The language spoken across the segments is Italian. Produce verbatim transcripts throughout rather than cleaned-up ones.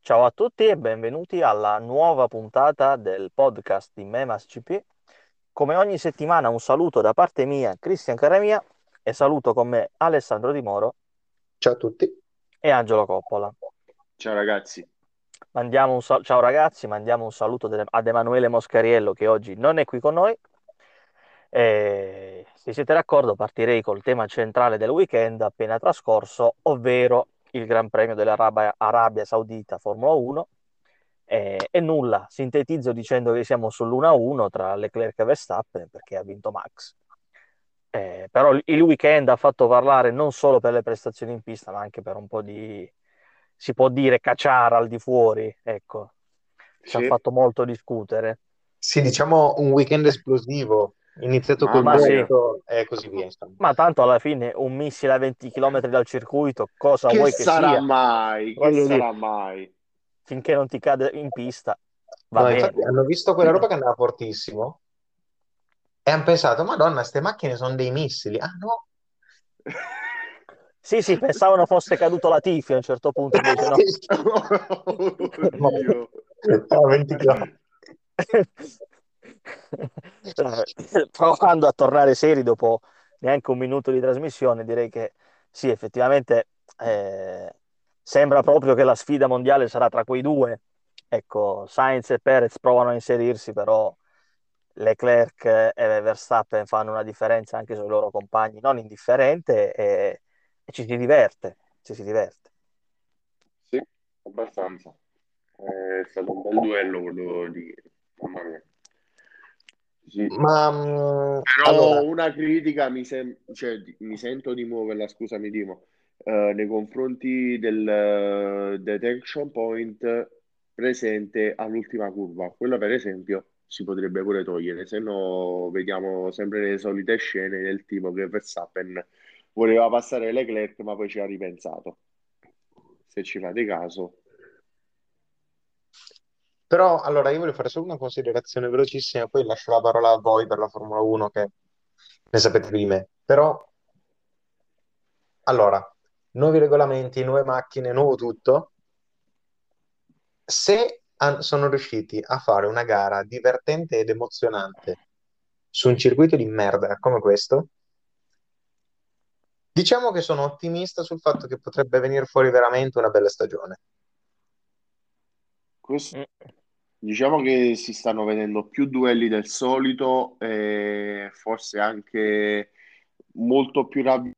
Ciao a tutti e benvenuti alla nuova puntata del podcast di Memas C P. Come ogni settimana un saluto da parte mia, Cristian Caramia, e saluto con me Alessandro Di Moro Ciao a tutti. e Angelo Coppola. Ciao ragazzi. Mandiamo un sal- Ciao ragazzi, mandiamo un saluto de- ad Emanuele Moscariello che oggi non è qui con noi. E se siete d'accordo partirei col tema centrale del weekend appena trascorso, ovvero il Gran Premio dell'Arabia Arabia Saudita Formula uno. E, e nulla, sintetizzo dicendo che siamo sull'uno a uno tra Leclerc e Verstappen perché ha vinto Max. Eh, però il il weekend ha fatto parlare non solo per le prestazioni in pista, ma anche per un po' di, si può dire, cacciara al di fuori, ecco, ci ha Sì, fatto molto discutere. Sì, diciamo un weekend esplosivo, iniziato col mamma Ma sì, mia. botto e così via, insomma. ma tanto alla fine un missile a venti chilometri dal circuito, cosa Che vuoi che sarà sia? mai? Che Voglio dire, sarà mai? finché non ti cade in pista, va No, infatti bene. hanno visto quella roba che andava fortissimo e hanno pensato, Madonna, queste macchine sono dei missili. Ah no, Sì, sì, pensavano fosse caduto la Tifi a un certo punto, invece no. Oddio. a venti chilometri. Provando a tornare seri dopo neanche un minuto di trasmissione, direi che sì, effettivamente eh, sembra proprio che la sfida mondiale sarà tra quei due. Ecco, Sainz e Perez provano a inserirsi, però Leclerc e Verstappen fanno una differenza anche sui loro compagni, non indifferente, e, e ci si diverte, ci si diverte. Sì, abbastanza. È stato un bel duello quello di ieri. Mamma mia. Sì. Ma mh, Però allora, una critica mi, sem- cioè, di- mi sento di muoverla, scusami Dimo, eh, nei confronti del eh, detection point presente all'ultima curva. Quella per esempio si potrebbe pure togliere, se no vediamo sempre le solite scene del tipo che Verstappen voleva passare Leclerc ma poi ci ha ripensato. Se ci fate caso. però allora io voglio fare solo una considerazione velocissima, poi lascio la parola a voi per la Formula uno che ne sapete più di me. Però, allora, nuovi regolamenti, nuove macchine, nuovo tutto. Se han- sono riusciti a fare una gara divertente ed emozionante su un circuito di merda come questo, diciamo che sono ottimista sul fatto che potrebbe venire fuori veramente una bella stagione. Questo- Mm. diciamo che si stanno vedendo più duelli del solito e forse anche molto più rapidi.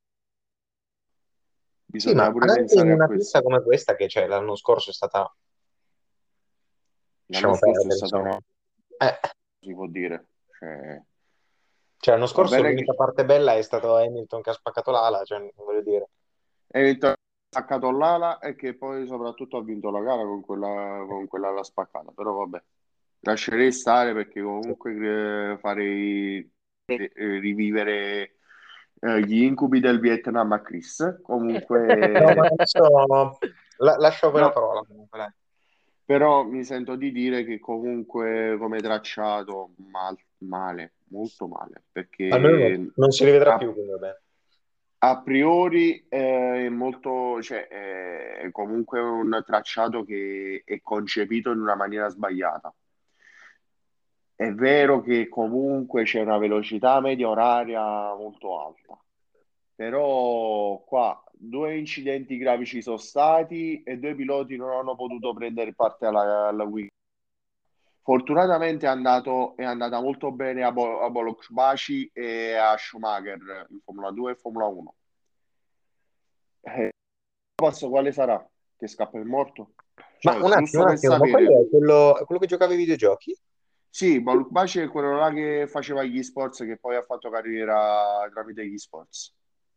Sì, ma Bisogna pure anche in pensare a una pista questo. come questa, che cioè, l'anno scorso è stata, L'anno lasciamo scorso è perdere, stata insomma. una, Eh, si può dire. Cioè, cioè, l'anno va scorso bene l'unica che parte bella è stato Hamilton che ha spaccato l'ala, cioè, voglio dire. Hamilton ha spaccato l'ala e che poi soprattutto ha vinto la gara con quella, con quella ala spaccata. Però vabbè, lascerei stare perché Sì. comunque eh, farei eh, rivivere eh, gli incubi del Vietnam a Chris. No, ma Comunque, adesso la- lascio a voi la no. parola comunque, dai. Però mi sento di dire che comunque come tracciato mal- male, molto male, Almeno non, perché non si rivedrà a, più, quindi vabbè. a priori eh, è molto, cioè, è comunque un tracciato che è concepito in una maniera sbagliata. È vero che comunque c'è una velocità media oraria molto alta, però qua due incidenti gravi ci sono stati e due piloti non hanno potuto prendere parte alla, alla guida. Fortunatamente è andato, è andata molto bene a, Bo- a Bologna e a Schumacher in Formula due e Formula uno. Eh, Passo quale sarà? Che scappa il morto? Ma Cioè, un attimo, giusto un per attimo, ma quello sapere. è quello, è quello che giocava ai videogiochi? Sì, Bologna è quello là che faceva gli sports, che poi ha fatto carriera tramite gli sports.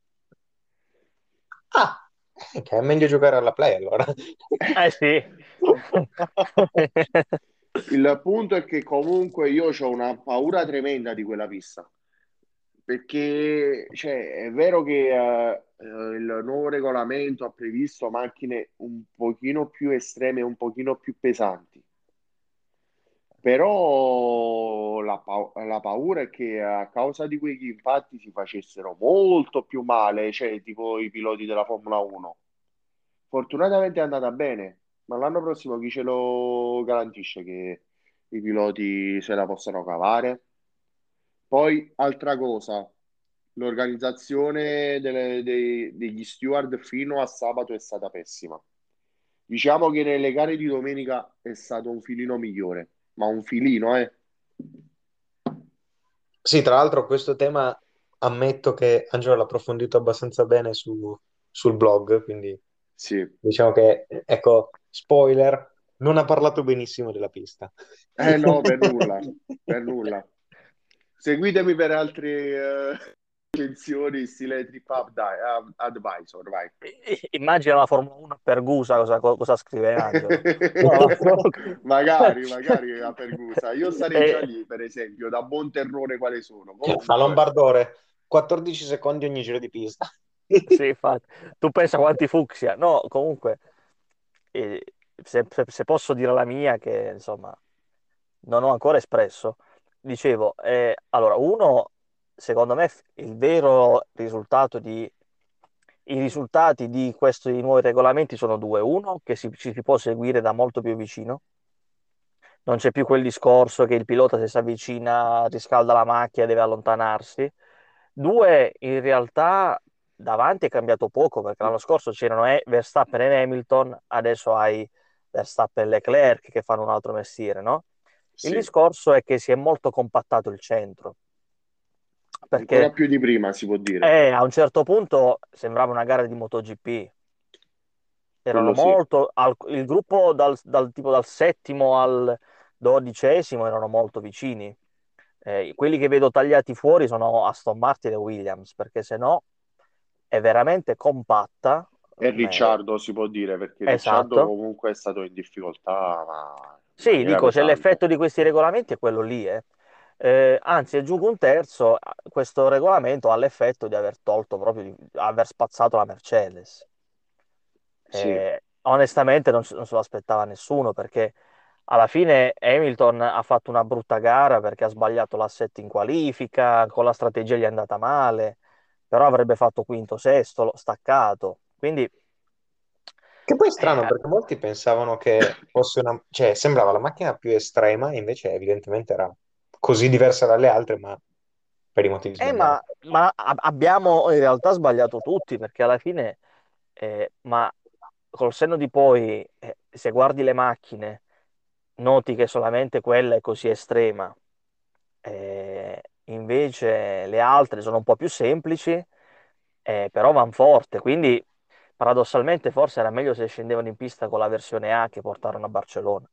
Ah, eh, che è meglio giocare alla Play allora. Eh sì. Il punto è che comunque io ho una paura tremenda di quella pista. Perché cioè, è vero che eh, eh, il nuovo regolamento ha previsto macchine un pochino più estreme, un pochino più pesanti, però la, pa- la paura è che a causa di quegli impatti si facessero molto più male, cioè tipo i piloti della Formula uno. Fortunatamente è andata bene, Ma l'anno prossimo chi ce lo garantisce che i piloti se la possano cavare? Poi, altra cosa, l'organizzazione delle- dei- degli steward fino a sabato è stata pessima. Diciamo che nelle gare di domenica è stato un filino migliore, ma un filino, eh? Sì, tra l'altro questo tema ammetto che Angelo l'ha approfondito abbastanza bene su- sul blog, quindi Sì. diciamo che, ecco, spoiler, non ha parlato benissimo della pista. Eh no, per nulla, per nulla. Seguitemi per altre eh, recensioni stile Trip Up Di- Ad- Advisor, vai. I- Immagina la Formula uno per Gusa cosa, cosa scrive Angelo. No, ma proprio- Magari, magari a Pergusa. Io sarei già Eh, lì, per esempio, da buon terrore quale sono. Fa Comunque, Lombardore, quattordici secondi ogni giro di pista. sì, infatti. Tu pensa quanti fucsia. No, comunque, eh, se, se- se posso dire la mia, che insomma non ho ancora espresso, dicevo, eh, allora, uno, secondo me, f- il vero risultato di, i risultati di questi nuovi regolamenti sono due. Uno, che si, ci si può seguire da molto più vicino. Non c'è più quel discorso che il pilota se si avvicina riscalda la macchina, deve allontanarsi. Due, in realtà davanti è cambiato poco perché l'anno scorso c'erano eh, Verstappen e Hamilton, adesso hai Verstappen e Leclerc che fanno un altro mestiere, no? Il sì, discorso è che si è molto compattato il centro perché ancora più di prima si può dire. eh, a un certo punto sembrava una gara di MotoGP. Erano Quello sì, molto, al- il gruppo dal, dal tipo dal settimo al dodicesimo erano molto vicini. Eh, quelli che vedo tagliati fuori sono Aston Martin e Williams, perché se no è veramente compatta. e ma è- Ricciardo si può dire, perché Ricciardo Esatto. comunque è stato in difficoltà, ma in Sì, maniera dico, c'è pesante. l'effetto di questi regolamenti è quello lì, eh. Eh, anzi, aggiungo un terzo, questo regolamento ha l'effetto di aver tolto proprio, di aver spazzato la Mercedes. Sì, Eh, onestamente non, se non se lo aspettava nessuno perché alla fine Hamilton ha fatto una brutta gara perché ha sbagliato l'assetto in qualifica, con la strategia gli è andata male, però avrebbe fatto quinto, sesto, lo- staccato. Quindi, Che poi è strano eh, perché molti pensavano che fosse una, cioè sembrava la macchina più estrema e invece evidentemente era così diversa dalle altre, ma per i motivi eh, sbagliati. ma, ma a- abbiamo in realtà sbagliato tutti perché alla fine, eh, ma col senno di poi, eh, se guardi le macchine, noti che solamente quella è così estrema. Eh, invece le altre sono un po' più semplici, eh, però vanno forte, quindi paradossalmente forse era meglio se scendevano in pista con la versione A che portarono a Barcellona.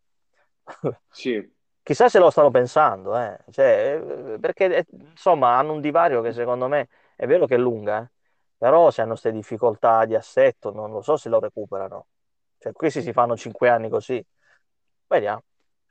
sì, Chissà se lo stanno pensando, eh. Cioè, eh, perché eh, insomma hanno un divario che secondo me è vero che è lunga, eh, però se hanno queste difficoltà di assetto non lo so se lo recuperano. Cioè, questi si fanno cinque anni così. Vediamo.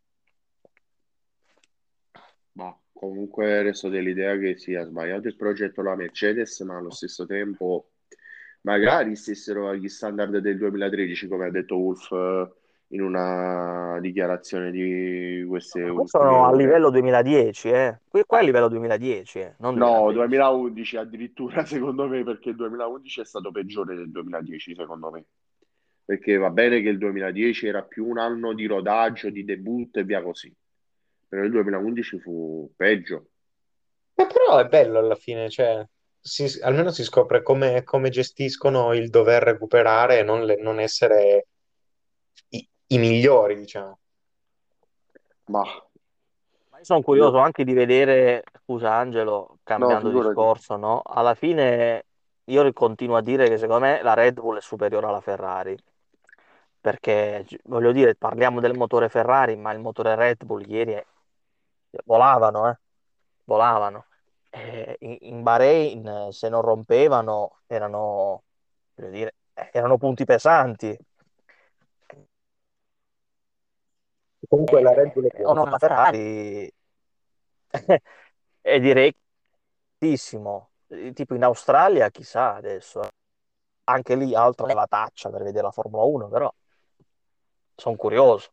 ma comunque resto dell'idea che sia sbagliato il progetto la Mercedes, ma allo stesso tempo magari stessero agli standard del duemilatredici, come ha detto Wolf eh, in una dichiarazione di queste Qui ultime sono a ore. livello duemiladieci, eh. Qui, qua è a livello duemiladieci, eh, non No, duemilatredici. duemilaundici addirittura secondo me, perché il duemilaundici è stato peggiore del duemiladieci secondo me. Perché va bene che il duemiladieci era più un anno di rodaggio, di debutto e via così. Però il duemilaundici fu peggio. Ma però è bello alla fine, cioè, si- almeno si scopre come, come gestiscono il dover recuperare e non, le- non essere i, i migliori, diciamo. Ma Ma io sono curioso io, anche di vedere, scusa Angelo, no, cambiando figurati. discorso, no? Alla fine io continuo a dire che secondo me la Red Bull è superiore alla Ferrari, perché gi- voglio dire, parliamo del motore Ferrari, ma il motore Red Bull ieri è- volavano, eh? Volavano. Eh, in, in Bahrain, eh, se non rompevano, erano, voglio dire, eh, erano punti pesanti. Comunque la Red Bull è Eh, buona. onore alla Ferrari e direi tantissimo. Eh, Tipo in Australia, chissà adesso, eh. Anche lì altra levataccia per vedere la Formula uno, però sono curioso.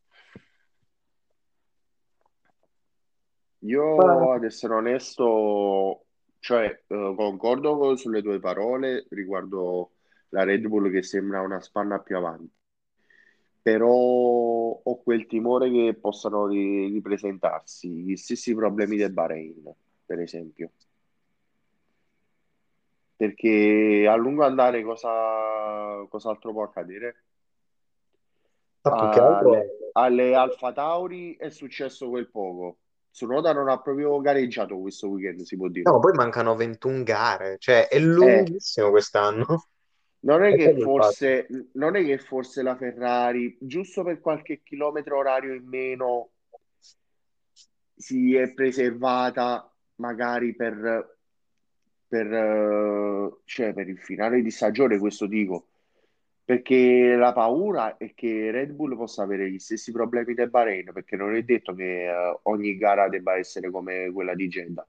Io, ad essere onesto, cioè, eh, concordo con- sulle tue parole riguardo la Red Bull che sembra una spanna più avanti. però ho quel timore che possano ri- ripresentarsi gli stessi problemi del Bahrain, per esempio, perché a lungo andare cosa, cos'altro può accadere? Ma più che altro, Alle, alle Alfa Tauri è successo quel poco. Tsunoda non ha proprio gareggiato questo weekend, si può dire. no, poi mancano ventuno gare, cioè è Eh, lunghissimo quest'anno. non è È che quello il fatto. forse, non è che forse la Ferrari, giusto per qualche chilometro orario in meno, si è preservata magari per, per, eh, cioè per il finale di stagione, questo dico, perché la paura è che Red Bull possa avere gli stessi problemi del Bahrain, perché non è detto che eh, ogni gara debba essere come quella di Jeddah.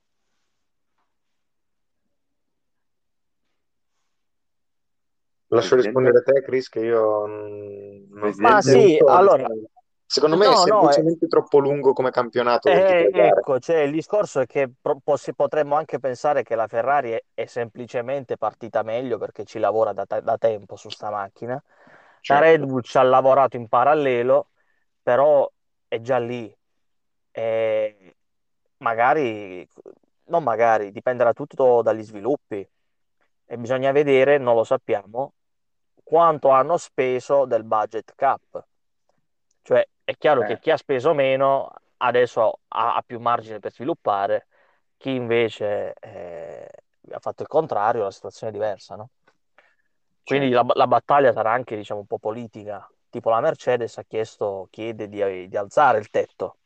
Lascio rispondere Presidente? a te, Chris, che io mm, no- non, Ma non Presidente? sì, so, allora, onestamente. Secondo me è no, no, è, semplicemente troppo lungo come campionato, è- ventitré gare. ecco, cioè, il discorso è che pro- possi- potremmo anche pensare che la Ferrari è, è semplicemente partita meglio perché ci lavora da, ta- da tempo su sta macchina. La Red Certo, Bull ci ha lavorato in parallelo, però è già lì. E magari, non magari, dipenderà tutto dagli sviluppi e bisogna vedere, non lo sappiamo, quanto hanno speso del budget cap. Cioè, è chiaro che eh, chi ha speso meno adesso ha, ha più margine per sviluppare, chi invece eh, ha fatto il contrario, la situazione è diversa, no? Quindi la, certo. la battaglia sarà anche, diciamo, un po' politica. Tipo la Mercedes ha chiesto, chiede di, di alzare il tetto.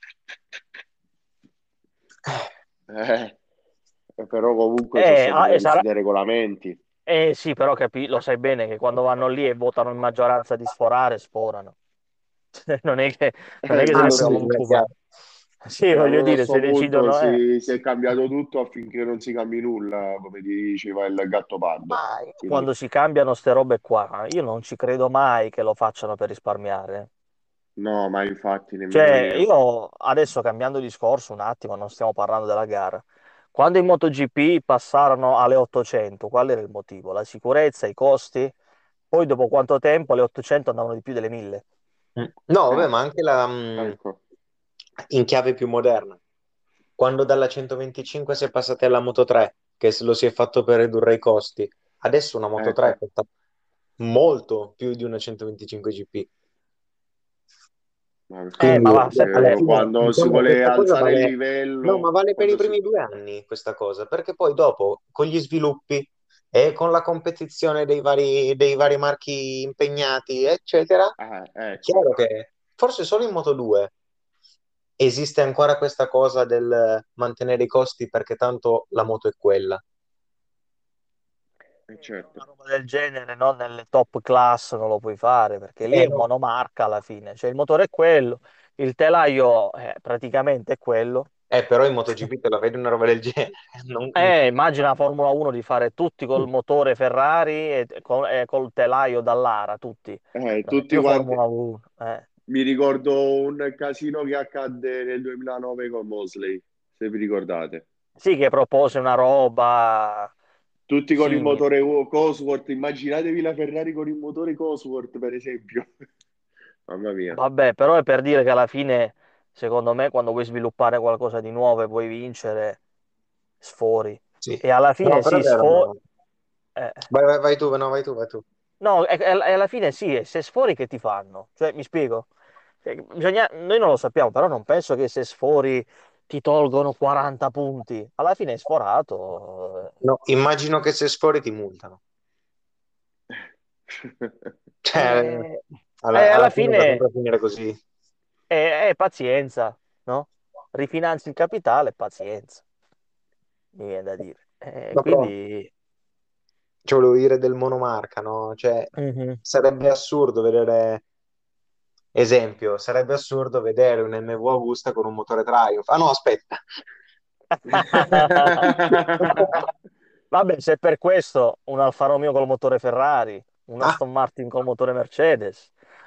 Eh, eh, però comunque sono Eh, stati ah, e previsti sarà- dei regolamenti. eh, sì, però capi- lo sai bene che quando vanno lì e votano in maggioranza di sforare, sforano. Non è che, non è Eh, che se Ah ne quello sì, prendono un sì. è tubo. chiaro. Sì, E voglio allora a dire, se sto punto decidono, eh. si, si è cambiato tutto affinché non si cambi nulla, come diceva il gatto pardo. Ma Quindi, quando si cambiano ste robe qua, io non ci credo mai che lo facciano per risparmiare. no, ma infatti nemmeno Cioè, io. io adesso cambiando discorso un attimo, non stiamo parlando della gara. Quando in MotoGP passarono alle ottocento, qual era il motivo? La sicurezza, i costi? Poi dopo quanto tempo le ottocento andavano di più delle mille? Mm. No, vabbè, Eh, ma anche la, mm, ecco, in chiave più moderna. Quando dalla centoventicinque si è passati alla Moto tre, che se lo si è fatto per ridurre i costi, adesso una Moto tre ecco. costa molto più di una centoventicinque G P. Ma Eh, ma Quindi va alla perché sempre... fine, quando si diciamo, vuole questa cosa alzare il vale, no, ma livello, vale per i quando si... primi due anni questa cosa, perché poi dopo, con gli sviluppi e con la competizione dei vari, dei vari marchi impegnati, eccetera, eh, è ecco. chiaro che forse solo in Moto due esiste ancora questa cosa del mantenere i costi perché tanto la moto è quella. Eh, Eh, però certo. una roba del genere, no? Nelle top class non lo puoi fare perché lì Eh è no, monomarca alla fine, cioè il motore è quello, il telaio eh, praticamente è quello. eh, però in MotoGP te la vedi una roba del genere. Non- Eh, immagina la Formula uno di fare tutti col motore Ferrari e col, e col telaio Dallara, tutti. Eh, Non è tutti più quanti... Formula uno. Eh. Mi ricordo un casino che accadde nel duemilanove con Mosley, se vi ricordate. Sì, che propose una roba Tutti con il simile. motore Cosworth, immaginatevi la Ferrari con il motore Cosworth, per esempio. Mamma mia. Vabbè, però è per dire che alla fine, secondo me, quando vuoi sviluppare qualcosa di nuovo e vuoi vincere, sfori. Sì, E alla no, fine però sì, è vero, sfori. no. Vai, vai, vai tu, no, vai tu, vai tu. No, e, e- e alla fine sì, e se sfori che ti fanno? Cioè, mi spiego? Cioè, bisogna- Noi non lo sappiamo, però non penso che se sfori ti tolgono quaranta punti. Alla fine è sforato. No, immagino che se sfori ti multano. Cioè, eh, E, alla, alla alla fine va fine sempre a finire così. è, è pazienza, no? Rifinanzi il capitale, pazienza, mi viene da dire. Eh, No, però, quindi... cioè, volevo dire del monomarca, no? Cioè, Mhm. sarebbe assurdo vedere, esempio, sarebbe assurdo vedere un M V Agusta con un motore Triumph. Ah no, aspetta. Vabbè, se per questo un Alfa Romeo col motore Ferrari, un Ah. Aston Martin col motore Mercedes.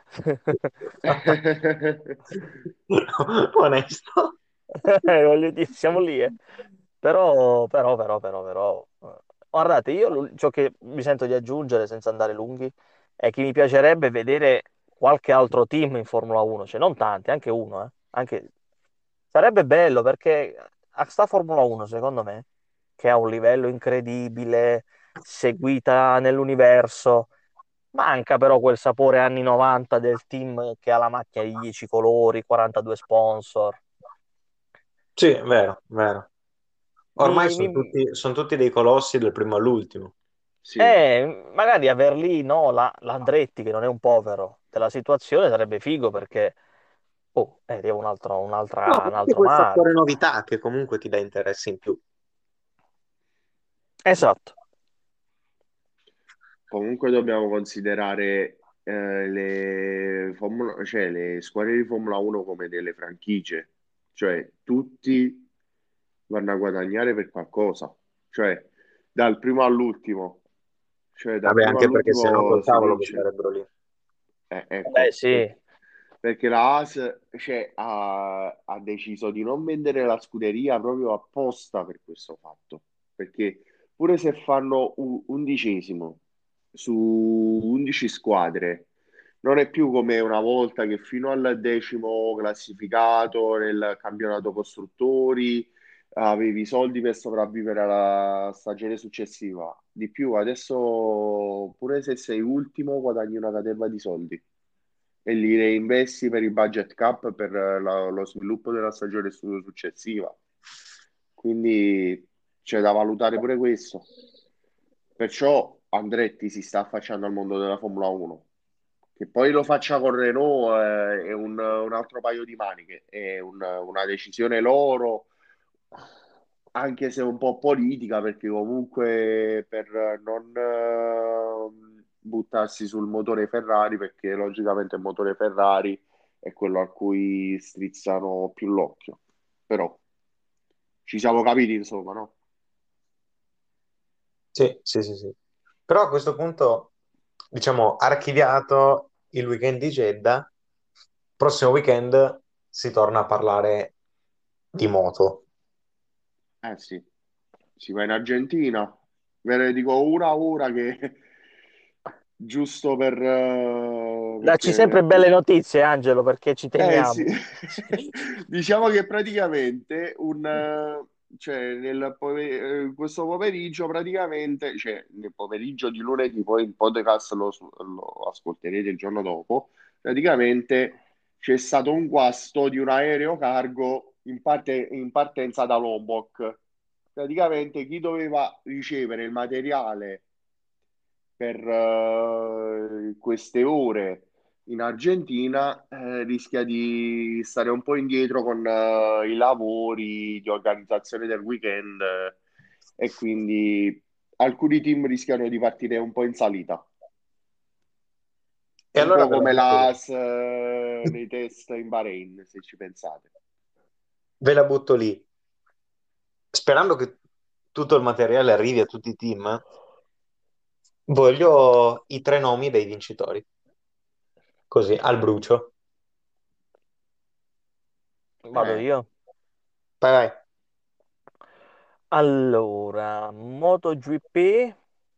Onesto. Eh, voglio dire, siamo lì, eh. Però, però, però, però, però. eh, Guardate, io l'ul- ciò che mi sento di aggiungere senza andare lunghi è che mi piacerebbe vedere qualche altro team in Formula uno, cioè non tanti, anche uno, eh. Anche... Sarebbe bello perché a sta Formula uno, secondo me, che ha un livello incredibile, seguita nell'universo, manca però quel sapore anni novanta del team che ha la macchina di dieci colori, quarantadue sponsor. Sì, è vero, vero. Ormai Mi, sono mi- tutti, son tutti dei colossi dal primo all'ultimo. Sì. eh, magari aver lì, no, la, l'Andretti, che non è un povero della situazione, sarebbe figo perché, oh, eh, è un altro, No, un'altra- un anche altro quel fattore marchio. novità che comunque ti dà interesse in più. Esatto. Comunque dobbiamo considerare eh, le, Formula- cioè, le squadre di Formula uno come delle franchigie, cioè tutti vanno a guadagnare per qualcosa, cioè dal primo all'ultimo, cioè dal Vabbè, primo anche perché sennò all'ultimo col si cavolo che vince. starebbero lì. Eh, Beh, ecco, sì. per- perché la Haas, cioè, ha, ha deciso di non vendere la scuderia proprio apposta per questo fatto, perché pure se fanno un undicesimo su undici squadre, non è più come una volta che fino al decimo classificato nel campionato costruttori avevi i soldi per sopravvivere alla stagione successiva. Di più, adesso pure se sei ultimo guadagni una caterva di soldi e li reinvesti per il budget cap per la- lo sviluppo della stagione su- successiva. Quindi c'è da valutare pure questo. Perciò Andretti si sta affacciando al mondo della Formula uno. Che poi lo faccia con Renault eh, è un, un altro paio di maniche, è un- una decisione loro, anche se un po' politica, perché comunque per non eh, buttarsi sul motore Ferrari, perché logicamente il motore Ferrari è quello a cui strizzano più l'occhio. Però ci siamo capiti, insomma, no? Sì, sì, sì, sì. Però a questo punto, diciamo, archiviato il weekend di Jeddah, prossimo weekend si torna a parlare di moto. Eh sì, si va in Argentina. Ve ne dico una a una che giusto per eh, Dacci sempre perché belle notizie, Angelo, perché ci eh sì, teniamo. diciamo che praticamente un eh, cioè nel pome- eh, questo pomeriggio praticamente, cioè nel pomeriggio di lunedì, poi il podcast lo, lo ascolterete il giorno dopo, praticamente c'è stato un guasto di un aereo cargo in parte- in partenza da Lombok. Praticamente chi doveva ricevere il materiale per eh, queste ore in Argentina eh, rischia di stare un po' indietro con eh, i lavori di organizzazione del weekend eh, e quindi alcuni team rischiano di partire un po' in salita, E un allora po' ve la come butto lì. l'A S eh, nei test in Bahrain, se ci pensate. Ve la butto lì. Sperando che tutto il materiale arrivi a tutti i team, voglio i tre nomi dei vincitori, così, al brucio. Vado Eh, io. Vai, vai. Allora, MotoGP.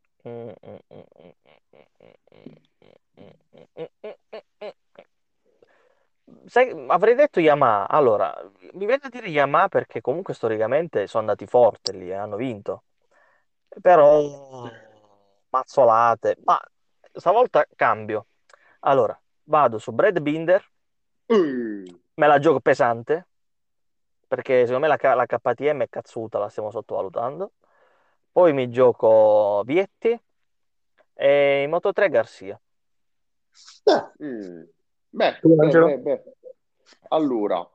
Sai, avrei detto Yamaha. Allora, mi viene a dire Yamaha perché comunque storicamente sono andati forte lì e hanno vinto. Però mazzolate. Ma stavolta cambio. Allora, vado su Brad Binder, uh, me la gioco pesante perché secondo me la, K- la K T M è cazzuta, la stiamo sottovalutando. Poi mi gioco Vietti e in Moto tre Garcia. Eh, mm. Beh, tu, beh, beh, Angelo? beh. Allora,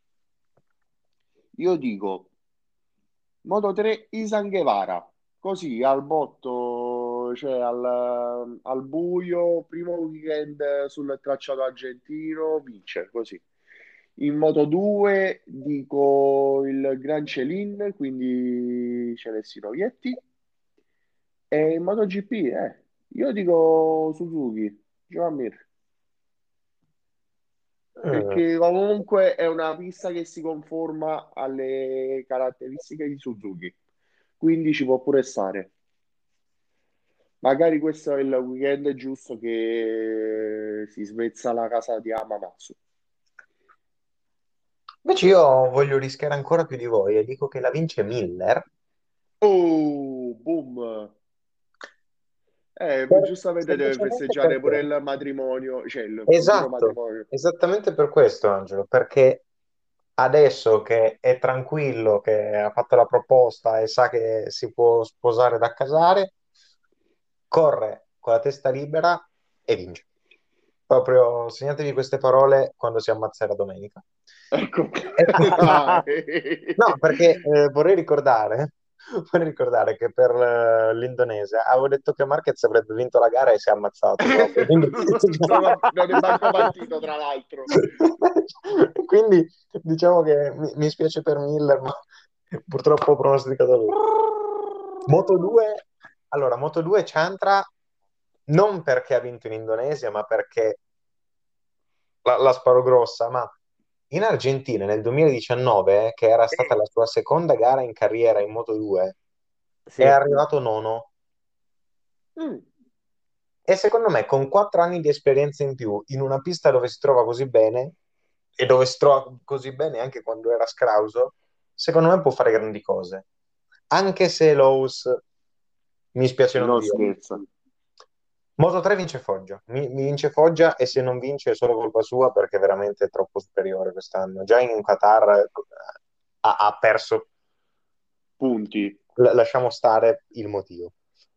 io dico Moto tre Isan Guevara, così al botto, cioè al, al buio, primo weekend sul tracciato argentino, vince così. In Moto due dico il Gran Celin, quindi Celestino Vietti. E in MotoGP, eh, io dico Suzuki, Joan Mir, Mm. perché comunque è una pista che si conforma alle caratteristiche di Suzuki, quindi ci può pure stare. magari questo è il weekend giusto che si svezza la casa di Amamatsu. Invece io voglio rischiare ancora più di voi e dico che la vince Miller. Oh, boom! Eh, Per- giustamente deve semplicemente festeggiare pure perché. il matrimonio, cioè il futuro Esatto, matrimonio. esattamente per questo, Angelo, perché adesso che è tranquillo, che ha fatto la proposta e sa che si può sposare da casare, corre con la testa libera e vince. Proprio segnatevi queste parole quando si ammazza la domenica. Ecco, E poi- dai. No, perché eh, vorrei ricordare, vorrei ricordare che per eh, l'Indonesia avevo detto che Marquez avrebbe vinto la gara e si è ammazzato proprio. Quindi, Non, ha- non è manco partito, tra l'altro. quindi diciamo che mi, mi spiace per Miller, ma purtroppo ho pronosticato lui. Moto due, allora, Moto due c'entra non perché ha vinto in Indonesia, ma perché la, la sparo grossa, ma in Argentina nel duemiladiciannove, che era stata la sua seconda gara in carriera in Moto due, è Sì, arrivato nono. Mm. E secondo me, con quattro anni di esperienza in più, in una pista dove si trova così bene, e dove si trova così bene anche quando era scrauso, secondo me può fare grandi cose. Anche se Lowe's mi spiace non Non dire. scherza. Moto tre vince Foggia, mi, mi vince Foggia e se non vince è solo colpa sua perché veramente è troppo superiore quest'anno. Già in Qatar eh, ha, ha perso, Punti. L- lasciamo stare il motivo.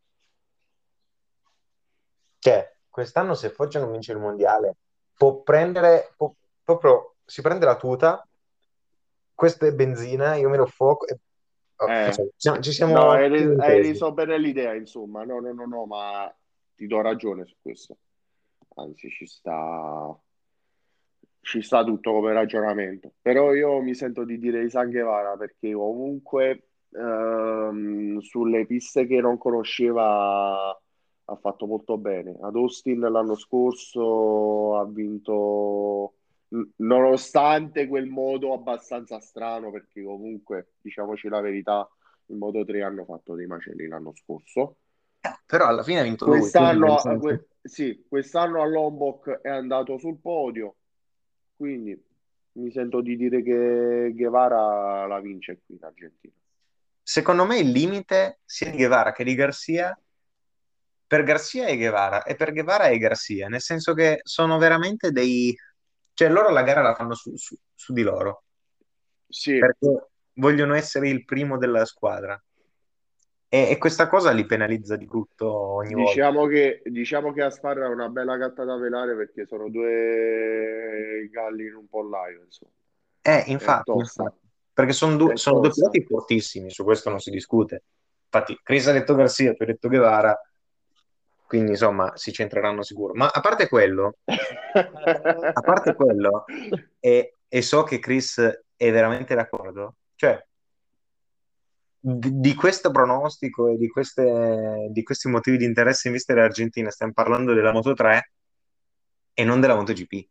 Cioè, quest'anno se Foggia non vince il mondiale, può prendere, può- proprio, si prende la tuta, questa è benzina, io me lo fuoco e oh, Eh, facciamo- ci siamo, ci no, siamo hai, re- hai intesi. reso bene l'idea, insomma. No, no, no, no, ma ti do ragione su questo. Anzi, ci sta, ci sta tutto come ragionamento. Però io mi sento di dire di San Guevara perché comunque ehm, sulle piste che non conosceva ha fatto molto bene. Ad Austin l'anno scorso ha vinto, n- nonostante quel modo abbastanza strano, perché comunque, diciamoci la verità, in Moto tre hanno fatto dei macelli l'anno scorso. Però alla fine ha vinto lui, quindi nel Quest'anno, eh, senso. que- sì, quest'anno a Lombok è andato sul podio, quindi mi sento di dire che Guevara la vince qui in Argentina. Secondo me il limite sia di Guevara che di Garcia per Garcia e Guevara e per Guevara e Garcia, nel senso che sono veramente dei. Cioè loro la gara la fanno su, su- su di loro, Sì, perché vogliono essere il primo della squadra e, e questa cosa li penalizza di brutto ogni volta. diciamo che, diciamo che Asparra è una bella gatta da pelare perché sono due galli in un pollaio, insomma. Eh, È infatti, tosta, infatti, perché sono due, è sono due tosta. piloti fortissimi, su questo non si discute. Infatti, Chris ha detto Garcia, tu hai detto Guevara, quindi insomma si centreranno sicuro. Ma a parte quello, a parte quello, e, e so che Chris è veramente d'accordo, cioè di, di questo pronostico e di, queste- di questi motivi di interesse in vista dell'Argentina, stiamo parlando della Moto tre e non della MotoGP.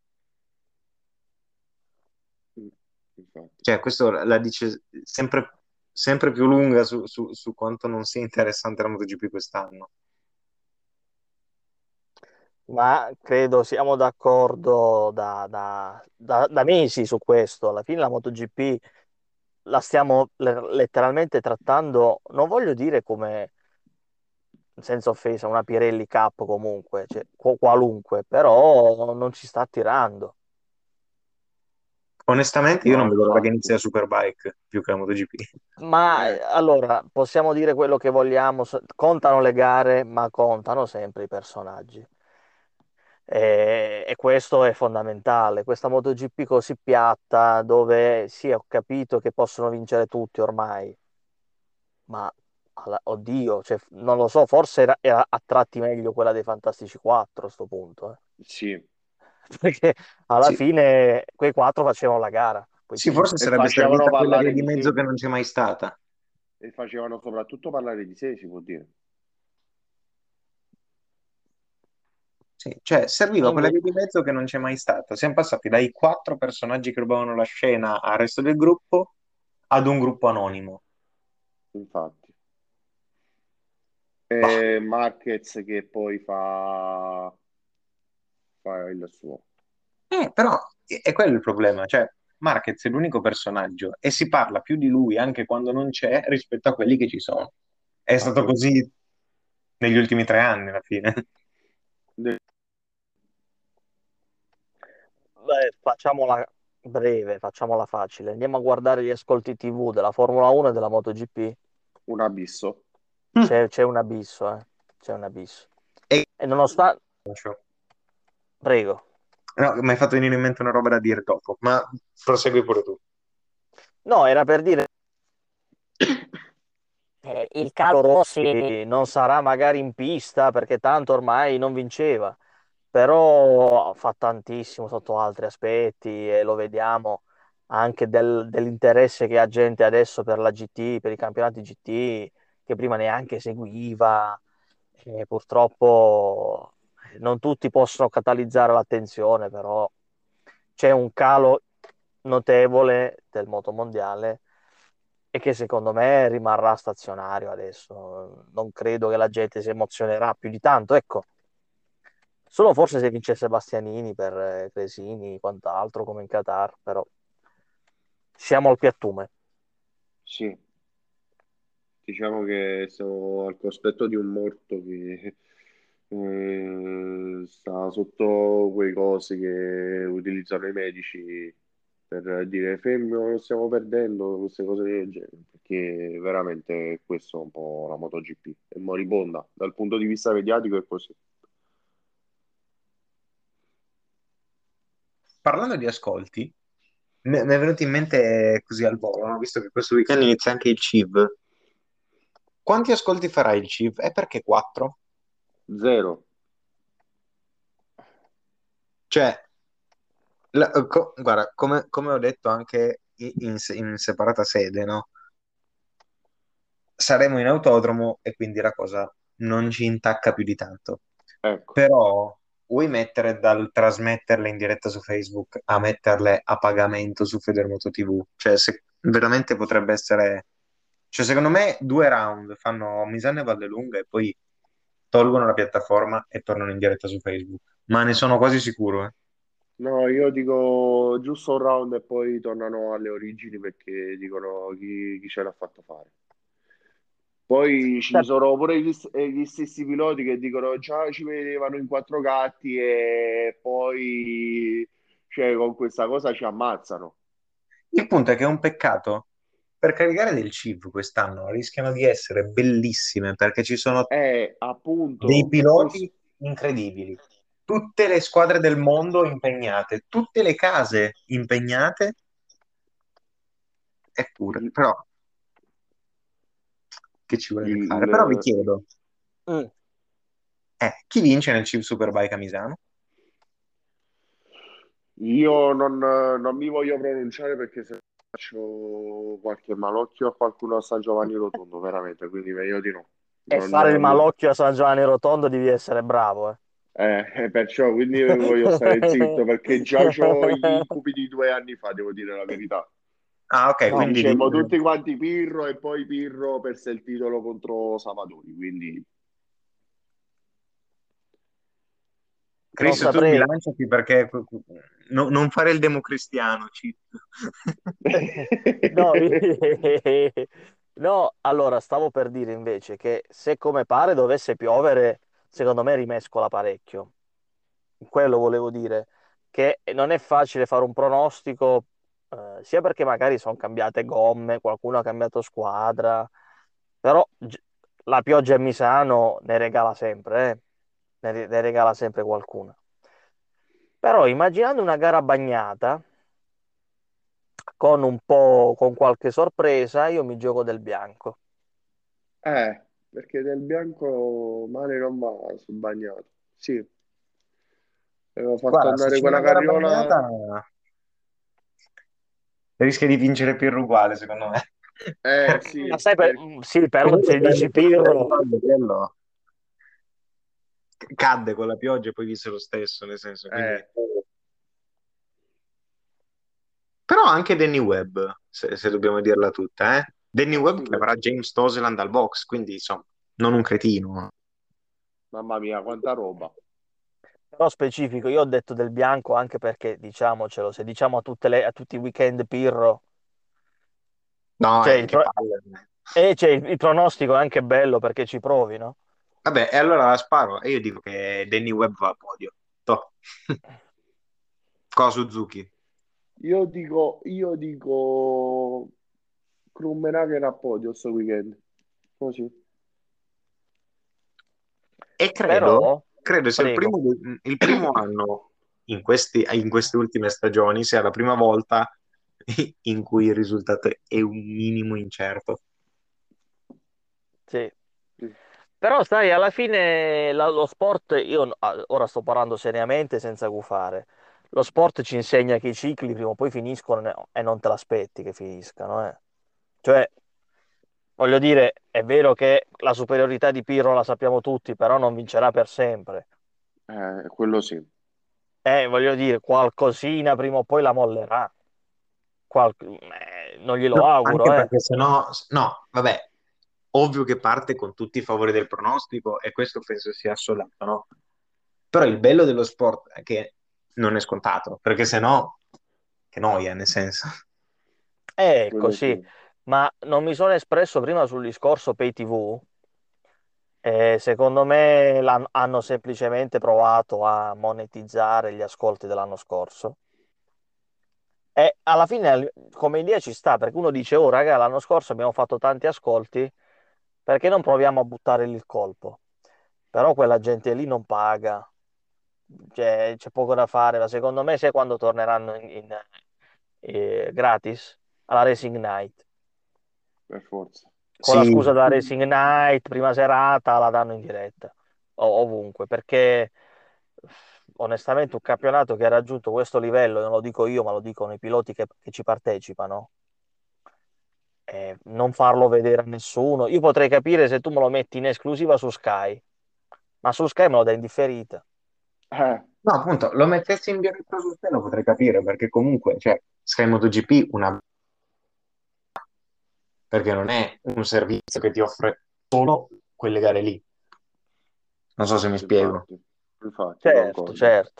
Infatti. Cioè, questo la dice sempre, sempre più lunga su, su- su quanto non sia interessante la MotoGP quest'anno. ma credo siamo d'accordo da, da- da- da mesi su questo. Alla fine la MotoGP la stiamo le- letteralmente trattando, non voglio dire come, senza offesa, una Pirelli Cup comunque, cioè, qu- qualunque, però non ci sta attirando. Onestamente, io non No, vedo l'ora che inizi infatti. la Superbike più che la MotoGP. Ma eh, Eh, allora, possiamo dire quello che vogliamo, so- contano le gare, ma contano sempre i personaggi. E, e questo è fondamentale. Questa MotoGP così piatta, dove sì, ho capito che possono vincere tutti ormai, ma alla- oddio, cioè, non lo so, forse era, era a tratti meglio quella dei Fantastici quattro a sto punto, eh. sì. Perché alla Sì, fine quei quattro facevano la gara, quei sì, forse cinque. E sarebbe facevano servita quella via parlare di di mezzo sé. che non c'è mai stata. E facevano soprattutto parlare di sé, si può dire. Sì, cioè, serviva quella Inve- via di mezzo che non c'è mai stata. Siamo passati dai quattro personaggi che rubavano la scena al resto del gruppo ad un gruppo anonimo. Infatti. Bah, E Marquez che poi fa, fa il suo. eh, però è è quello il problema, cioè Marquez è l'unico personaggio e si parla più di lui anche quando non c'è rispetto a quelli che ci sono. È stato Assolut- così negli ultimi tre anni alla fine. de- Beh, facciamola breve, facciamola facile. Andiamo a guardare gli ascolti T V della Formula uno e della MotoGP. un abisso. Mm. C'è c'è un abisso, eh. C'è un abisso. E E nonostante... Prego. no, mi hai fatto venire in mente una roba da dire dopo, ma prosegui pure tu. No, era per dire eh, il calo Rossi non sarà magari in pista perché tanto ormai non vinceva, però fa tantissimo sotto altri aspetti e lo vediamo anche del- dell'interesse che ha gente adesso per la G T, per i campionati G T, che prima neanche seguiva. E purtroppo non tutti possono catalizzare l'attenzione, però c'è un calo notevole del motomondiale e che secondo me rimarrà stazionario adesso. Non credo che la gente si emozionerà più di tanto. Ecco, solo forse se vince Bastianini per eh, Cresini, quant'altro come in Qatar, però siamo al piattume. Sì, diciamo che siamo al cospetto di un morto che eh, sta sotto quei cosi che utilizzano i medici per dire fermo, lo stiamo perdendo, queste cose del genere, perché veramente questo è un po' la MotoGP, è moribonda, dal punto di vista mediatico è così. Parlando di ascolti, mi mi è venuto in mente così al volo, no? Visto che questo weekend inizia anche il C I V. Quanti ascolti farà il C I V? E perché quattro? Zero. Cioè, la- co- guarda, come, come ho detto anche in, in se- in separata sede, no? Saremo in autodromo e quindi la cosa non ci intacca più di tanto. Ecco. Però vuoi mettere dal trasmetterle in diretta su Facebook a metterle a pagamento su Federmoto T V? Cioè, se, veramente potrebbe essere... Cioè, secondo me due round fanno Misano e Vallelunga e poi tolgono la piattaforma e tornano in diretta su Facebook. Ma ne sono quasi sicuro, eh. No, io dico giusto un round e poi tornano alle origini perché dicono chi, chi ce l'ha fatto fare. Poi ci Cioè, sono pure gli, s- eh, gli stessi piloti che dicono già ci vedevano in quattro gatti e poi cioè, con questa cosa ci ammazzano. Il punto è che è un peccato. Per caricare del C I V quest'anno rischiano di essere bellissime perché ci sono E dei appunto, questo, piloti incredibili, tutte le squadre del mondo impegnate, tutte le case impegnate, eppure, il, però, che ci volete fare? Però vi il- chiedo, mm, eh, chi vince nel C I V Superbike a Misano? io non, non mi voglio pronunciare perché se faccio qualche malocchio a qualcuno a San Giovanni Rotondo, veramente, quindi meglio di no. e Non, fare il non- malocchio a San Giovanni Rotondo devi essere bravo, eh. Eh, eh, perciò quindi voglio stare zitto perché già ho gli incubi di due anni fa, devo dire la verità. Ah, ok, Che No, quindi di- dicemmo tutti quanti Pirro e poi Pirro perse il titolo contro Savadori, quindi non Chris, tu saprei. sbilanciati perché no- non fare il democristiano, cheat. No, no, allora stavo per dire invece che se come pare dovesse piovere, secondo me rimescola parecchio. Quello volevo dire, che non è facile fare un pronostico, eh, sia perché magari sono cambiate gomme, qualcuno ha cambiato squadra, però gi- la pioggia a Misano ne regala sempre, eh. Ne, ri- ne regala sempre qualcuna. Però immaginando una gara bagnata, con un po', con qualche sorpresa, io mi gioco del bianco. eh, perché del bianco male non va sul bagnato. Sì, avevo fatto Guarda, se andare c'è una quella gara carriola. bagnata, rischia di vincere Pirro uguale, secondo me. Eh Perché Ma sì, sai, per- per- mm, sì, però comunque se grande dici Pirro, quello cadde con la pioggia e poi vinse lo stesso, nel senso, quindi... eh, Però anche Danny Webb, se, se dobbiamo dirla tutta, eh? Danny eh Webb sì, che per- avrà James Toseland al box, quindi insomma, non un cretino. Mamma mia, quanta roba. Però specifico, io ho detto del bianco anche perché, diciamocelo, se diciamo a, tutte le- a tutti i weekend Pirro, No, cioè eh, il, che pro- palle. e c'è il, il pronostico è anche bello perché ci provi, no? Vabbè, e allora la sparo e io dico che Danny Webb va a podio. Toh. Cosa Suzuki? Io dico, io dico Krummenacher a podio sto weekend. Così. E credo, Però, credo sia il prego. primo, il primo anno in questi- in queste ultime stagioni, sia la prima volta in cui il risultato è un minimo incerto. Sì. Sì. Però sai, alla fine la- lo sport, io no- ah, ora sto parlando seriamente senza gufare, lo sport ci insegna che i cicli prima o poi finiscono e non te l'aspetti che finiscano, eh. Cioè, voglio dire, è vero che la superiorità di Pirro la sappiamo tutti, però non vincerà per sempre. Eh, quello sì. Eh, voglio dire, qualcosina prima o poi la mollerà. Qual- eh, non glielo No, anche auguro, eh. perché sennò, no, vabbè, ovvio che parte con tutti i favori del pronostico e questo penso sia assolato, no? Però il bello dello sport è che non è scontato, perché sennò che noia, nel senso. È Quello così, sì. ma non mi sono espresso prima sul discorso Pay T V. Eh, secondo me l'han- hanno semplicemente provato a monetizzare gli ascolti dell'anno scorso. E alla fine, come idea ci sta, perché uno dice, oh raga, l'anno scorso abbiamo fatto tanti ascolti, perché non proviamo a buttare lì il colpo? Però quella gente lì non paga, cioè, c'è poco da fare, ma secondo me sai quando torneranno in, in- eh, gratis? Alla Racing Night. Per forza. Con la Sì, scusa della Racing Night, prima serata, la danno in diretta, o ovunque, perché onestamente un campionato che ha raggiunto questo livello, non lo dico io, ma lo dicono i piloti che, che ci partecipano, eh, non farlo vedere a nessuno. Io potrei capire se tu me lo metti in esclusiva su Sky, ma su Sky me lo dai in differita. Eh, no, appunto, lo mettessi in diretta sul te lo potrei capire, perché comunque, cioè, Sky MotoGP, una... perché non è un servizio che ti offre solo quelle gare lì. Non so se mi spiego. infatti, infatti, Certo, concordo. certo.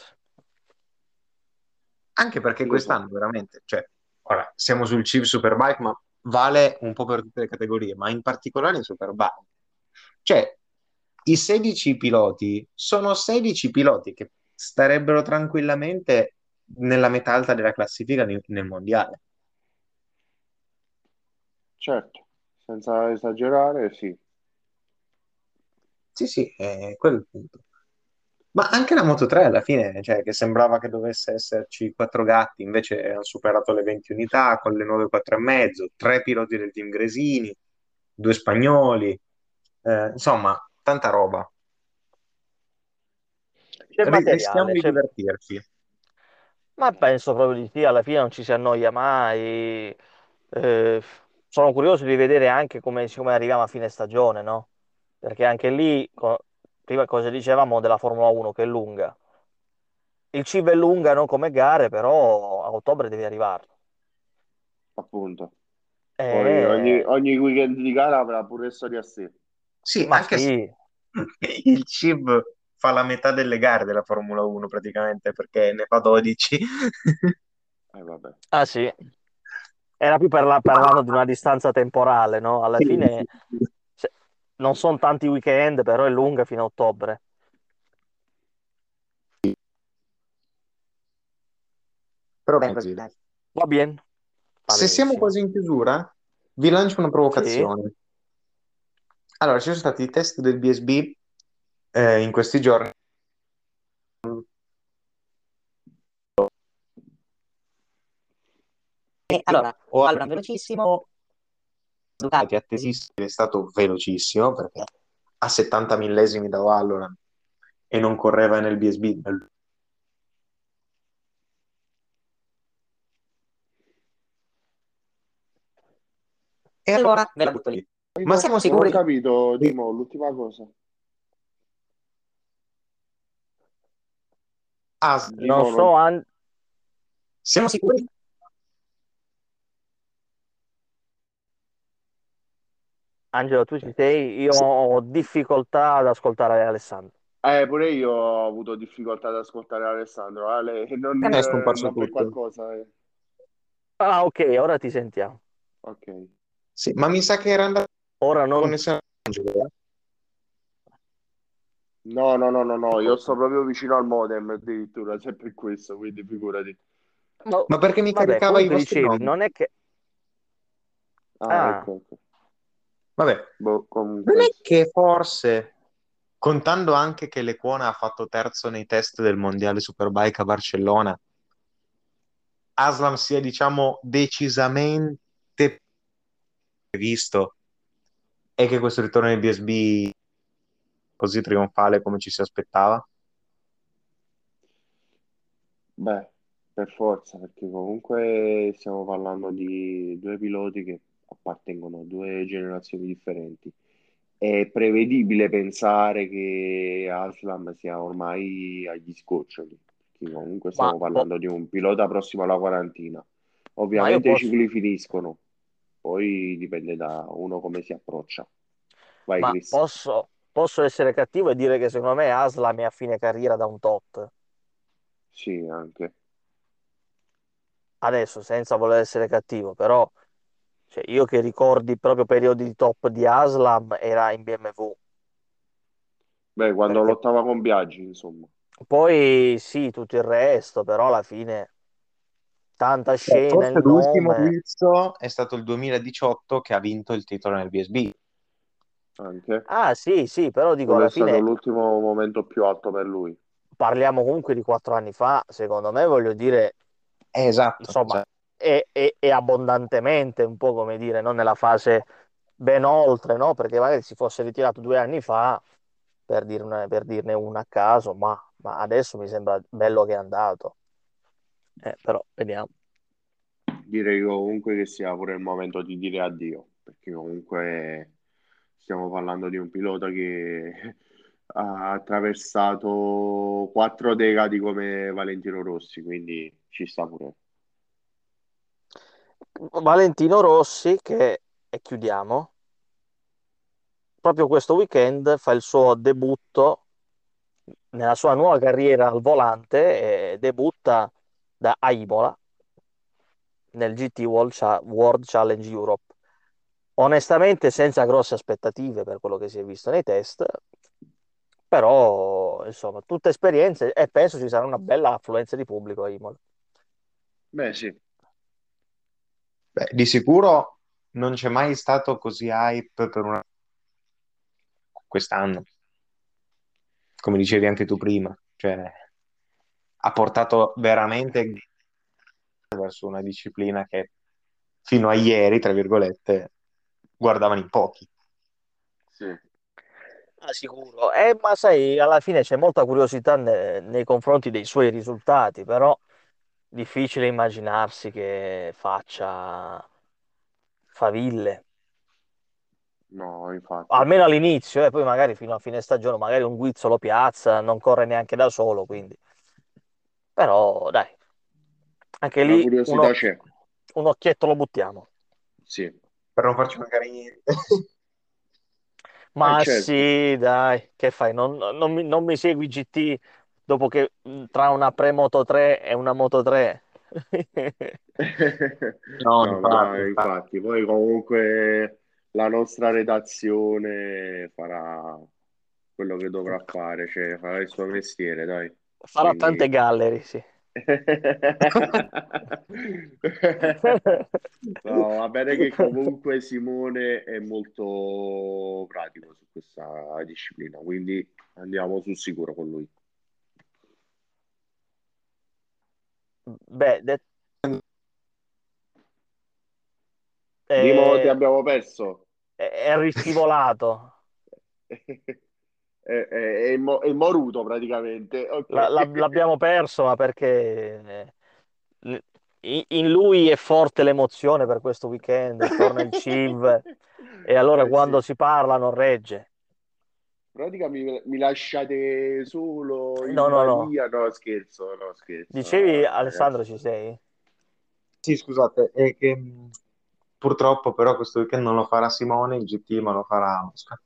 Anche perché Chi lo sa? quest'anno veramente, cioè, ora siamo sul Civ Superbike, ma vale un po' per tutte le categorie, ma in particolare in Superbike. Cioè, i sedici piloti sono sedici piloti che starebbero tranquillamente nella metà alta della classifica nel nel mondiale. Certo, senza esagerare, sì. Sì, sì, è quello il punto. Ma anche la Moto tre alla fine, cioè, che sembrava che dovesse esserci quattro gatti, invece hanno superato le venti unità con le nuove quattro e mezzo, tre piloti del team Gresini, due spagnoli, eh, insomma, tanta roba. C'è Ri- rischiamo materiale, di c'è. divertirci. Ma penso proprio di sì, alla fine non ci si annoia mai. Eh, sono curioso di vedere anche come, come arriviamo a fine stagione, no? Perché anche lì, co- prima cosa dicevamo della Formula uno che è lunga. Il C I V è lunga, non come gare, però a ottobre devi arrivare. Appunto. Poi ogni, Eh, ogni weekend di gara avrà pure storia a sé. Sì, ma anche se sì, il C I V fa la metà delle gare della Formula uno praticamente, perché ne fa dodici. Eh, vabbè. ah sì, era più per la- parlando di una distanza temporale, no? Alla Sì, fine sì, sì. se- non sono tanti weekend, però è lunga fino a ottobre. Però così, dai. Va bene, va Se siamo benissimo. quasi in chiusura, vi lancio una Sì. provocazione. Allora, ci sono stati i test del B S B eh, in questi giorni. E allora, ho allora, velocissimo, Ducati attesissimo, è stato velocissimo perché a settanta millesimi da Valorant e non correva nel B S B. E allora ve la butto lì. Ma Capito? siamo Non ho sicuri? capito, Timo, l'ultima cosa. Ah, Non Timo, non... so, an- siamo sicuri? Angelo, tu ci Cioè, sei? Io sì. ho difficoltà ad ascoltare Alessandro. Eh, pure io ho avuto difficoltà ad ascoltare Alessandro, Ale, non, Non è eh, scomparso non per tutto. qualcosa. eh. Ah, ok, ora ti sentiamo. Ok. Sì, ma mi sa che era andata Ora la non... connessione. Angelo, eh. No, no, no, no, no, io sto Forse. proprio vicino al modem addirittura, sempre per questo, quindi figurati. no, Ma perché mi vabbè, caricava i comunque vostri dicevi, nomi? non è che... Ah, Ah, ecco, ecco. Vabbè, Boh, non comunque, è che forse, contando anche che Lecuona ha fatto terzo nei test del Mondiale Superbike a Barcellona, Aslam sia, diciamo, decisamente previsto e che questo ritorno nel B S B così trionfale come ci si aspettava? beh, per forza, perché comunque stiamo parlando di due piloti che appartengono a due generazioni differenti. È prevedibile pensare che Aslam sia ormai agli sgoccioli, perché comunque ma, stiamo po- parlando di un pilota prossimo alla quarantina. ma io Ovviamente i posso... cicli finiscono, poi dipende da uno come si approccia. Vai, Ma Chris. posso, posso essere cattivo e dire che secondo me Aslam è a fine carriera da un tot. Sì, anche. Adesso, senza voler essere cattivo, però cioè, io che ricordi proprio periodi di top di Aslam era in B M W, Beh, quando perché lottava con Biaggi, insomma. poi sì, tutto il resto, però alla fine tanta Beh, scena, il forse l'ultimo nome. guizzo è stato il duemiladiciotto che ha vinto il titolo nel B S B. Anche. Ah sì, sì, però dico Quello è alla stato fine l'ultimo momento più alto per lui. parliamo comunque di quattro anni fa, secondo me voglio dire, Eh, esatto, insomma, esatto. è, è- è abbondantemente un po' come dire, non nella fase ben oltre, no? Perché magari si fosse ritirato due anni fa, per dirne, per dirne una a caso, ma, ma adesso mi sembra bello che è andato. Eh, però vediamo. Direi comunque che sia pure il momento di dire addio, perché comunque stiamo parlando di un pilota che ha attraversato quattro decadi come Valentino Rossi, quindi ci sta pure. Valentino Rossi, che, e chiudiamo, proprio questo weekend fa il suo debutto nella sua nuova carriera al volante e debutta da a Imola nel G T World, Cha- World Challenge Europe. Onestamente senza grosse aspettative per quello che si è visto nei test, però insomma tutte esperienze e penso ci sarà una bella affluenza di pubblico a Imola. Beh, sì, Beh, di sicuro non c'è mai stato così hype per una quest'anno, come dicevi anche tu prima. Cioè, ha portato veramente verso una disciplina che fino a ieri, tra virgolette, guardavano in pochi. sì. Ah, sicuro. Eh, ma sai, alla fine c'è molta curiosità ne- nei confronti dei suoi risultati, però difficile immaginarsi che faccia faville. No, infatti. Almeno all'inizio, e poi magari fino a fine stagione, magari un guizzo lo piazza, non corre neanche da solo, quindi. Però dai, anche La lì un, curiosità occhi- c'è, un occhietto lo buttiamo. sì. Per non farci mancare niente. Eh, Ma certo. sì, dai, che fai? Non, non mi, non mi segui G T dopo che mh, tra una pre-Moto tre e una Moto tre? No, No, infatti, ma infatti. infatti, poi comunque la nostra redazione farà quello che dovrà fare, cioè farà il suo mestiere, dai. Farà tante Quindi gallery, sì. no, va bene che comunque Simone è molto pratico su questa disciplina, quindi andiamo sul sicuro con lui. Beh, det- Dimo, ti è, abbiamo perso. è, è riscivolato. È, è- è il, mo- è il moruto praticamente. La- Ok. la- l'abbiamo perso, ma perché eh, in in lui è forte l'emozione per questo weekend, torna il Civ e allora Eh quando sì. si parla non regge. Pratica mi, mi lasciate solo No, in no, no. balia? No, scherzo, no, scherzo, Dicevi, no, Alessandro, ragazzi. ci sei? Sì, scusate, è che mh, purtroppo però questo weekend non lo farà Simone, il G T, ma lo farà Mosca.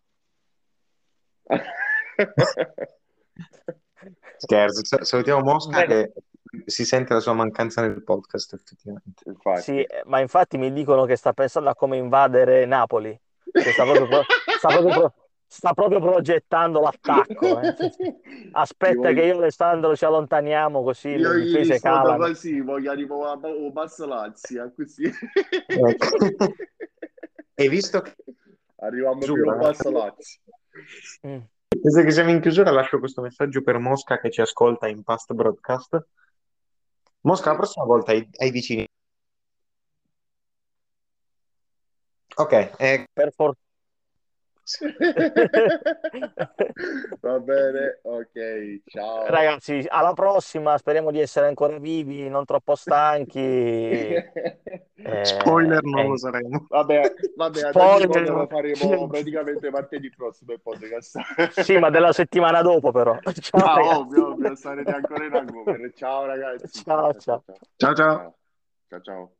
Scherzo, sa- salutiamo Mosca Bene, che si sente la sua mancanza nel podcast, effettivamente. sì, Infatti. eh, ma infatti mi dicono che sta pensando a come invadere Napoli, cioè sta proprio, pro- sta proprio, pro- sta proprio progettando l'attacco. Eh. Ti Aspetta che voglio- io e Alessandro ci allontaniamo così Io le gli difese rispondo calano. così, voglio arrivare a a Basso Lazio, così. Ecco. E visto che Arriviamo fino a chiusura, Basso Lazio. Mm. visto che siamo in chiusura, lascio questo messaggio per Mosca che ci ascolta in past broadcast. Mosca, la prossima volta ai, ai vicini. Ok, eh, Per fortuna. Va bene, ok, ciao. Ragazzi, alla prossima, speriamo di essere ancora vivi, non troppo stanchi. Eh, spoiler, non lo e- saremo. Vabbè, vabbè, ad ogni modo lo spoiler! faremo praticamente martedì prossimo il podcast. Sì, ma della settimana dopo però. Ciao Ah, ragazzi. ovvio, ovvio, sarete ancora in hangover. Ciao ragazzi, ciao Ciao, ciao ciao ciao. ciao. Ciao ciao. Ciao ciao ciao.